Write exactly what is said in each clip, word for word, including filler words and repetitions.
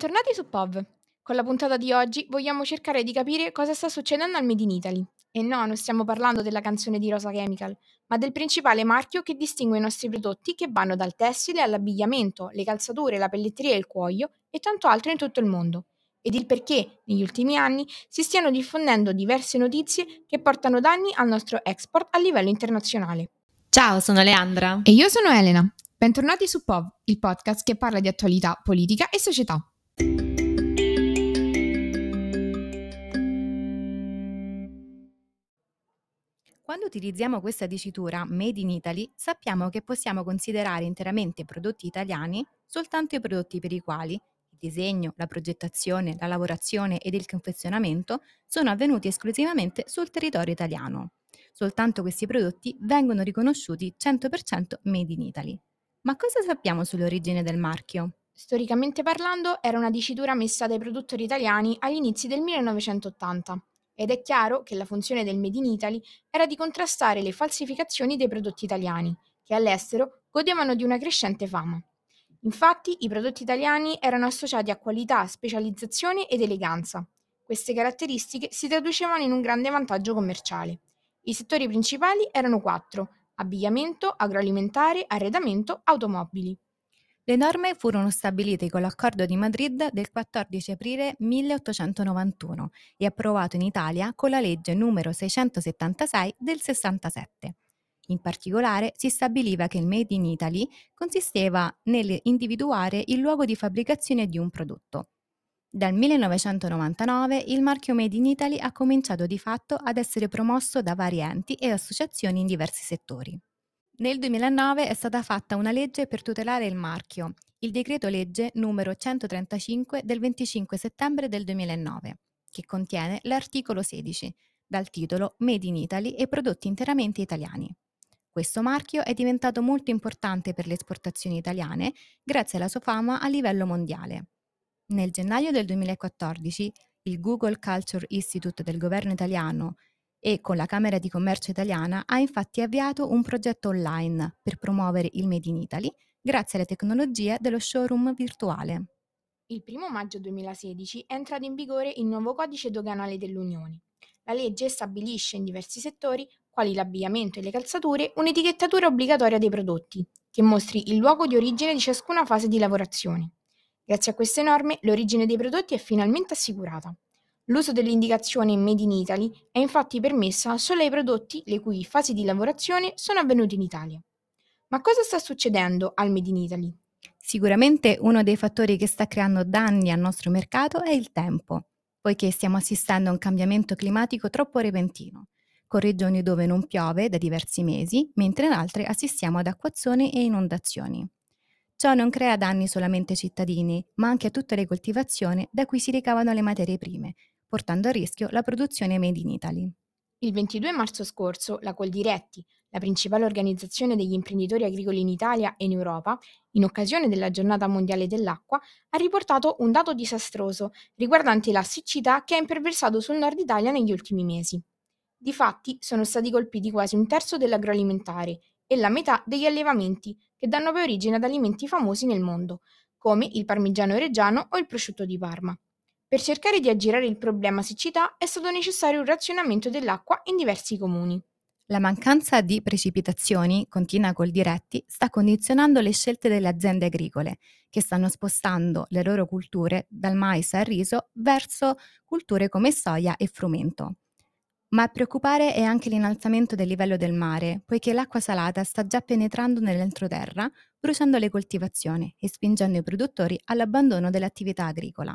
Bentornati su P O V. Con la puntata di oggi vogliamo cercare di capire cosa sta succedendo al Made in Italy. E no, non stiamo parlando della canzone di Rosa Chemical, ma del principale marchio che distingue i nostri prodotti che vanno dal tessile all'abbigliamento, le calzature, la pelletteria e il cuoio e tanto altro in tutto il mondo. Ed il perché, negli ultimi anni, si stiano diffondendo diverse notizie che portano danni al nostro export a livello internazionale. Ciao, sono Leandra. E io sono Elena. Bentornati su P O V, il podcast che parla di attualità, politica e società. Quando utilizziamo questa dicitura Made in Italy, sappiamo che possiamo considerare interamente prodotti italiani soltanto i prodotti per i quali il disegno, la progettazione, la lavorazione ed il confezionamento sono avvenuti esclusivamente sul territorio italiano. Soltanto questi prodotti vengono riconosciuti cento per cento Made in Italy. Ma cosa sappiamo sull'origine del marchio? Storicamente parlando, era una dicitura messa dai produttori italiani agli inizi del millenovecentottanta ed è chiaro che la funzione del Made in Italy era di contrastare le falsificazioni dei prodotti italiani, che all'estero godevano di una crescente fama. Infatti, i prodotti italiani erano associati a qualità, specializzazione ed eleganza. Queste caratteristiche si traducevano in un grande vantaggio commerciale. I settori principali erano quattro: abbigliamento, agroalimentare, arredamento, automobili. Le norme furono stabilite con l'Accordo di Madrid del quattordici aprile milleottocentonovantuno e approvato in Italia con la legge numero seicentosettantasei del sessantasette. In particolare si stabiliva che il Made in Italy consisteva nell'individuare il luogo di fabbricazione di un prodotto. Dal millenovecentonovantanove il marchio Made in Italy ha cominciato di fatto ad essere promosso da vari enti e associazioni in diversi settori. Nel duemilanove è stata fatta una legge per tutelare il marchio, il decreto legge numero centotrentacinque del venticinque settembre del duemilanove, che contiene l'articolo sedici, dal titolo Made in Italy e prodotti interamente italiani. Questo marchio è diventato molto importante per le esportazioni italiane grazie alla sua fama a livello mondiale. Nel gennaio del duemilaquattordici il Google Culture Institute del governo italiano e con la Camera di Commercio italiana ha infatti avviato un progetto online per promuovere il Made in Italy grazie alle tecnologie dello showroom virtuale. Il primo maggio duemilasedici è entrato in vigore il nuovo codice doganale dell'Unione. La legge stabilisce in diversi settori, quali l'abbigliamento e le calzature, un'etichettatura obbligatoria dei prodotti, che mostri il luogo di origine di ciascuna fase di lavorazione. Grazie a queste norme, l'origine dei prodotti è finalmente assicurata. L'uso dell'indicazione Made in Italy è infatti permessa solo ai prodotti le cui fasi di lavorazione sono avvenute in Italia. Ma cosa sta succedendo al Made in Italy? Sicuramente uno dei fattori che sta creando danni al nostro mercato è il tempo, poiché stiamo assistendo a un cambiamento climatico troppo repentino, con regioni dove non piove da diversi mesi, mentre in altre assistiamo ad acquazzoni e inondazioni. Ciò non crea danni solamente ai cittadini, ma anche a tutte le coltivazioni da cui si ricavano le materie prime, portando a rischio la produzione made in Italy. Il ventidue marzo scorso, la Coldiretti, la principale organizzazione degli imprenditori agricoli in Italia e in Europa, in occasione della Giornata Mondiale dell'Acqua, ha riportato un dato disastroso riguardante la siccità che ha imperversato sul nord Italia negli ultimi mesi. Difatti, sono stati colpiti quasi un terzo dell'agroalimentare e la metà degli allevamenti, che danno poi origine ad alimenti famosi nel mondo, come il parmigiano reggiano o il prosciutto di Parma. Per cercare di aggirare il problema siccità è stato necessario un razionamento dell'acqua in diversi comuni. La mancanza di precipitazioni, continua Coldiretti, sta condizionando le scelte delle aziende agricole, che stanno spostando le loro culture dal mais al riso verso culture come soia e frumento. Ma a preoccupare è anche l'innalzamento del livello del mare, poiché l'acqua salata sta già penetrando nell'entroterra, bruciando le coltivazioni e spingendo i produttori all'abbandono dell'attività agricola.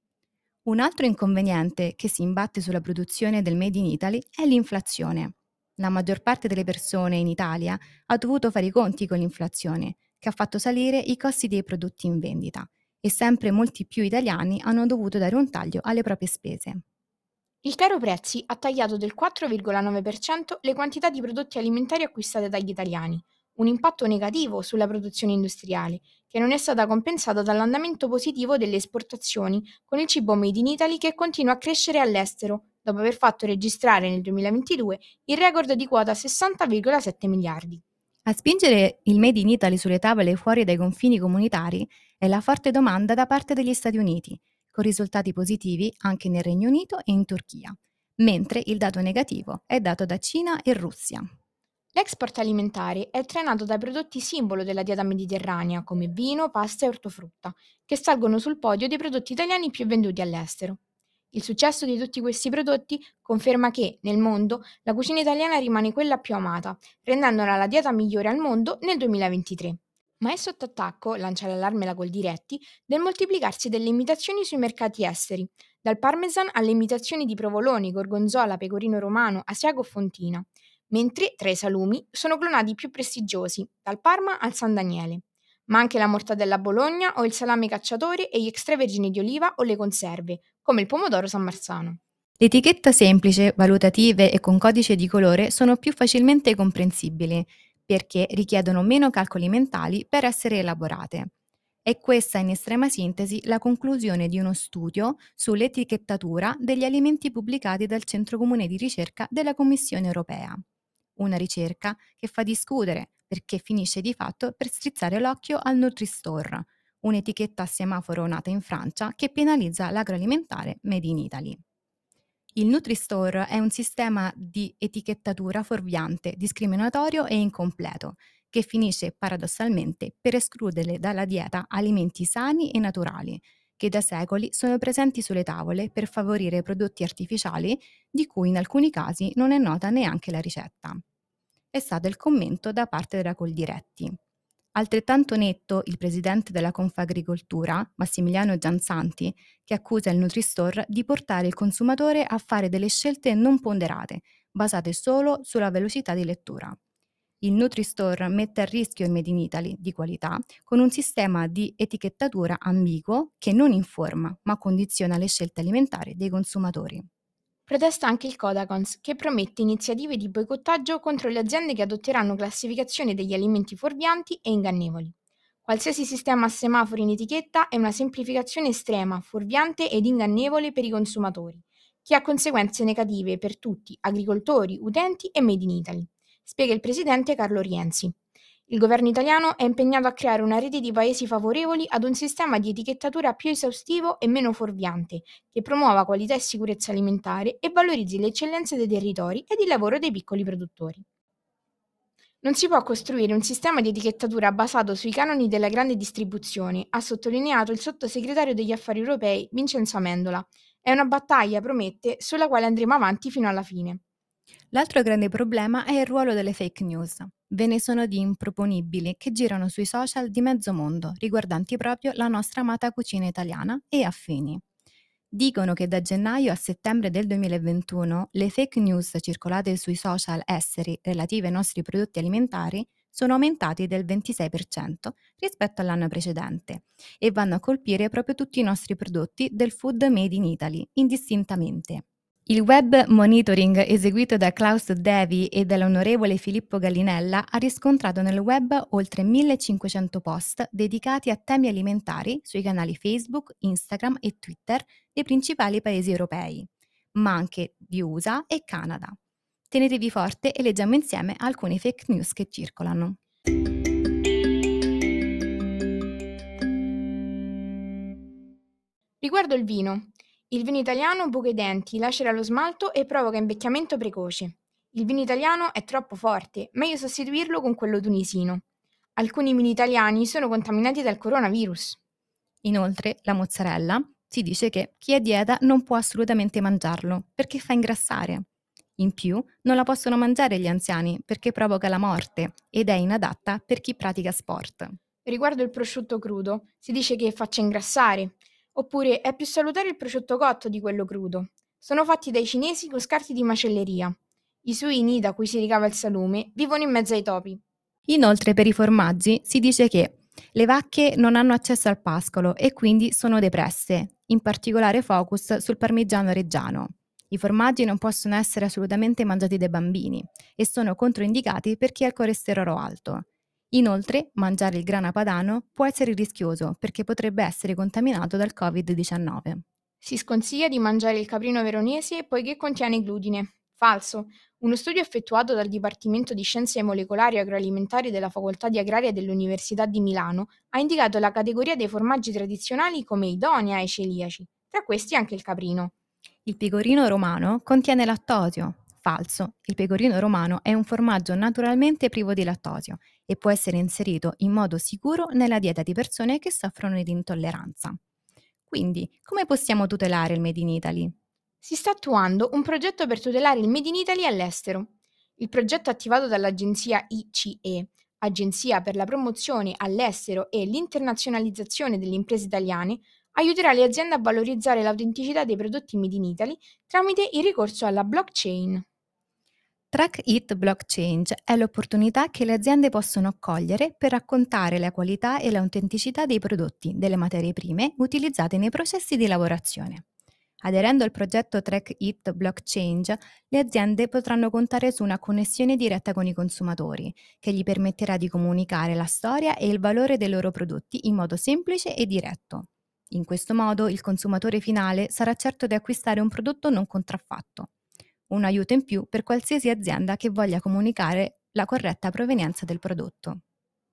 Un altro inconveniente che si imbatte sulla produzione del Made in Italy è l'inflazione. La maggior parte delle persone in Italia ha dovuto fare i conti con l'inflazione, che ha fatto salire i costi dei prodotti in vendita, e sempre molti più italiani hanno dovuto dare un taglio alle proprie spese. Il caro prezzi ha tagliato del quattro virgola nove per cento le quantità di prodotti alimentari acquistate dagli italiani, un impatto negativo sulla produzione industriale, che non è stata compensata dall'andamento positivo delle esportazioni, con il cibo made in Italy che continua a crescere all'estero, dopo aver fatto registrare nel duemilaventidue il record di quota sessanta virgola sette miliardi. A spingere il Made in Italy sulle tavole fuori dai confini comunitari è la forte domanda da parte degli Stati Uniti, con risultati positivi anche nel Regno Unito e in Turchia, mentre il dato negativo è dato da Cina e Russia. L'export alimentare è trainato dai prodotti simbolo della dieta mediterranea, come vino, pasta e ortofrutta, che salgono sul podio dei prodotti italiani più venduti all'estero. Il successo di tutti questi prodotti conferma che, nel mondo, la cucina italiana rimane quella più amata, rendendola la dieta migliore al mondo nel duemilaventitré. Ma è sotto attacco, lancia l'allarme la Coldiretti, del moltiplicarsi delle imitazioni sui mercati esteri, dal parmesan alle imitazioni di provolone, gorgonzola, pecorino romano, asiago o fontina, mentre tra i salumi sono clonati i più prestigiosi, dal Parma al San Daniele, ma anche la mortadella Bologna o il salame cacciatore e gli extravergini di oliva o le conserve, come il pomodoro San Marzano. L'etichetta semplice, valutative e con codice di colore sono più facilmente comprensibili, perché richiedono meno calcoli mentali per essere elaborate. È questa in estrema sintesi la conclusione di uno studio sull'etichettatura degli alimenti pubblicati dal Centro Comune di Ricerca della Commissione Europea. Una ricerca che fa discutere perché finisce di fatto per strizzare l'occhio al Nutri-Store, un'etichetta a semaforo nata in Francia che penalizza l'agroalimentare Made in Italy. Il Nutri-Store è un sistema di etichettatura fuorviante, discriminatorio e incompleto, che finisce paradossalmente per escludere dalla dieta alimenti sani e naturali, che da secoli sono presenti sulle tavole per favorire prodotti artificiali di cui in alcuni casi non è nota neanche la ricetta. È stato il commento da parte della Coldiretti. Altrettanto netto il presidente della Confagricoltura, Massimiliano Gianzanti, che accusa il Nutri-Store di portare il consumatore a fare delle scelte non ponderate, basate solo sulla velocità di lettura. Il Nutri-Store mette a rischio il Made in Italy di qualità con un sistema di etichettatura ambiguo che non informa, ma condiziona le scelte alimentari dei consumatori. Protesta anche il Codacons, che promette iniziative di boicottaggio contro le aziende che adotteranno classificazione degli alimenti fuorvianti e ingannevoli. Qualsiasi sistema a semaforo in etichetta è una semplificazione estrema, fuorviante ed ingannevole per i consumatori, che ha conseguenze negative per tutti, agricoltori, utenti e Made in Italy, spiega il presidente Carlo Rienzi. Il governo italiano è impegnato a creare una rete di paesi favorevoli ad un sistema di etichettatura più esaustivo e meno fuorviante, che promuova qualità e sicurezza alimentare e valorizzi le eccellenze dei territori ed il lavoro dei piccoli produttori. Non si può costruire un sistema di etichettatura basato sui canoni della grande distribuzione, ha sottolineato il sottosegretario degli affari europei Vincenzo Amendola. È una battaglia, promette, sulla quale andremo avanti fino alla fine. L'altro grande problema è il ruolo delle fake news. Ve ne sono di improponibili che girano sui social di mezzo mondo, riguardanti proprio la nostra amata cucina italiana e affini. Dicono che da gennaio a settembre del duemilaventuno le fake news circolate sui social esteri relative ai nostri prodotti alimentari sono aumentati del ventisei per cento rispetto all'anno precedente e vanno a colpire proprio tutti i nostri prodotti del food made in Italy, indistintamente. Il web monitoring eseguito da Klaus Devi e dall'onorevole Filippo Gallinella ha riscontrato nel web oltre millecinquecento post dedicati a temi alimentari sui canali Facebook, Instagram e Twitter dei principali paesi europei, ma anche di U S A e Canada. Tenetevi forte e leggiamo insieme alcune fake news che circolano. Riguardo il vino. Il vino italiano buca i denti, lacera lo smalto e provoca invecchiamento precoce. Il vino italiano è troppo forte, meglio sostituirlo con quello tunisino. Alcuni vini italiani sono contaminati dal coronavirus. Inoltre, la mozzarella si dice che chi è a dieta non può assolutamente mangiarlo perché fa ingrassare. In più, non la possono mangiare gli anziani perché provoca la morte ed è inadatta per chi pratica sport. Riguardo il prosciutto crudo, si dice che faccia ingrassare, oppure è più salutare il prosciutto cotto di quello crudo. Sono fatti dai cinesi con scarti di macelleria. I suini, da cui si ricava il salume, vivono in mezzo ai topi. Inoltre, per i formaggi si dice che le vacche non hanno accesso al pascolo e quindi sono depresse, in particolare focus sul parmigiano reggiano. I formaggi non possono essere assolutamente mangiati dai bambini e sono controindicati per chi ha il colesterolo alto. Inoltre, mangiare il grana padano può essere rischioso perché potrebbe essere contaminato dal covid diciannove. Si sconsiglia di mangiare il caprino veronese poiché contiene glutine. Falso. Uno studio effettuato dal Dipartimento di Scienze Molecolari e Agroalimentari della Facoltà di Agraria dell'Università di Milano ha indicato la categoria dei formaggi tradizionali come idonea ai celiaci, tra questi anche il caprino. Il pecorino romano contiene lattosio. Falso. Il pecorino romano è un formaggio naturalmente privo di lattosio e può essere inserito in modo sicuro nella dieta di persone che soffrono di intolleranza. Quindi, come possiamo tutelare il Made in Italy? Si sta attuando un progetto per tutelare il Made in Italy all'estero. Il progetto attivato dall'agenzia I C E, Agenzia per la promozione all'estero e l'internazionalizzazione delle imprese italiane, aiuterà le aziende a valorizzare l'autenticità dei prodotti Made in Italy tramite il ricorso alla blockchain. Track It Blockchain è l'opportunità che le aziende possono cogliere per raccontare la qualità e l'autenticità dei prodotti, delle materie prime utilizzate nei processi di lavorazione. Aderendo al progetto Track It Blockchain, le aziende potranno contare su una connessione diretta con i consumatori, che gli permetterà di comunicare la storia e il valore dei loro prodotti in modo semplice e diretto. In questo modo il consumatore finale sarà certo di acquistare un prodotto non contraffatto. Un aiuto in più per qualsiasi azienda che voglia comunicare la corretta provenienza del prodotto.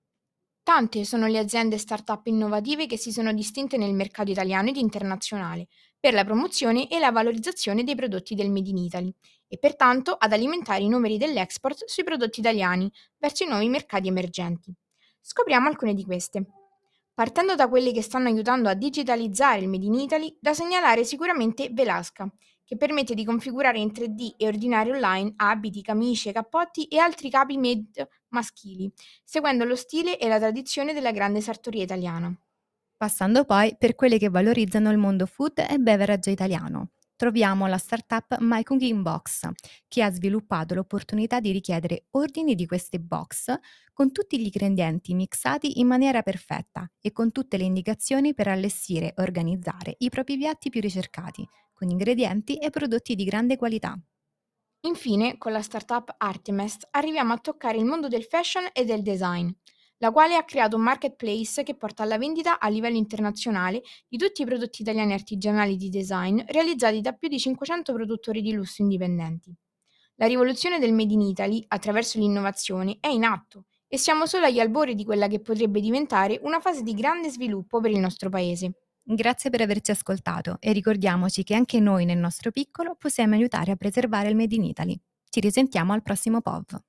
Tante sono le aziende start-up innovative che si sono distinte nel mercato italiano ed internazionale per la promozione e la valorizzazione dei prodotti del Made in Italy e pertanto ad alimentare i numeri dell'export sui prodotti italiani verso i nuovi mercati emergenti. Scopriamo alcune di queste. Partendo da quelle che stanno aiutando a digitalizzare il Made in Italy, da segnalare sicuramente Velasca, che permette di configurare in tre D e ordinare online abiti, camicie, cappotti e altri capi made maschili, seguendo lo stile e la tradizione della grande sartoria italiana. Passando poi per quelle che valorizzano il mondo food e beverage italiano. Troviamo la startup My Cooking Box, che ha sviluppato l'opportunità di richiedere ordini di queste box con tutti gli ingredienti mixati in maniera perfetta e con tutte le indicazioni per allestire e organizzare i propri piatti più ricercati, con ingredienti e prodotti di grande qualità. Infine, con la startup Artemest arriviamo a toccare il mondo del fashion e del design, la quale ha creato un marketplace che porta alla vendita a livello internazionale di tutti i prodotti italiani artigianali di design realizzati da più di cinquecento produttori di lusso indipendenti. La rivoluzione del Made in Italy, attraverso l'innovazione, è in atto e siamo solo agli albori di quella che potrebbe diventare una fase di grande sviluppo per il nostro paese. Grazie per averci ascoltato e ricordiamoci che anche noi nel nostro piccolo possiamo aiutare a preservare il Made in Italy. Ci risentiamo al prossimo P O V.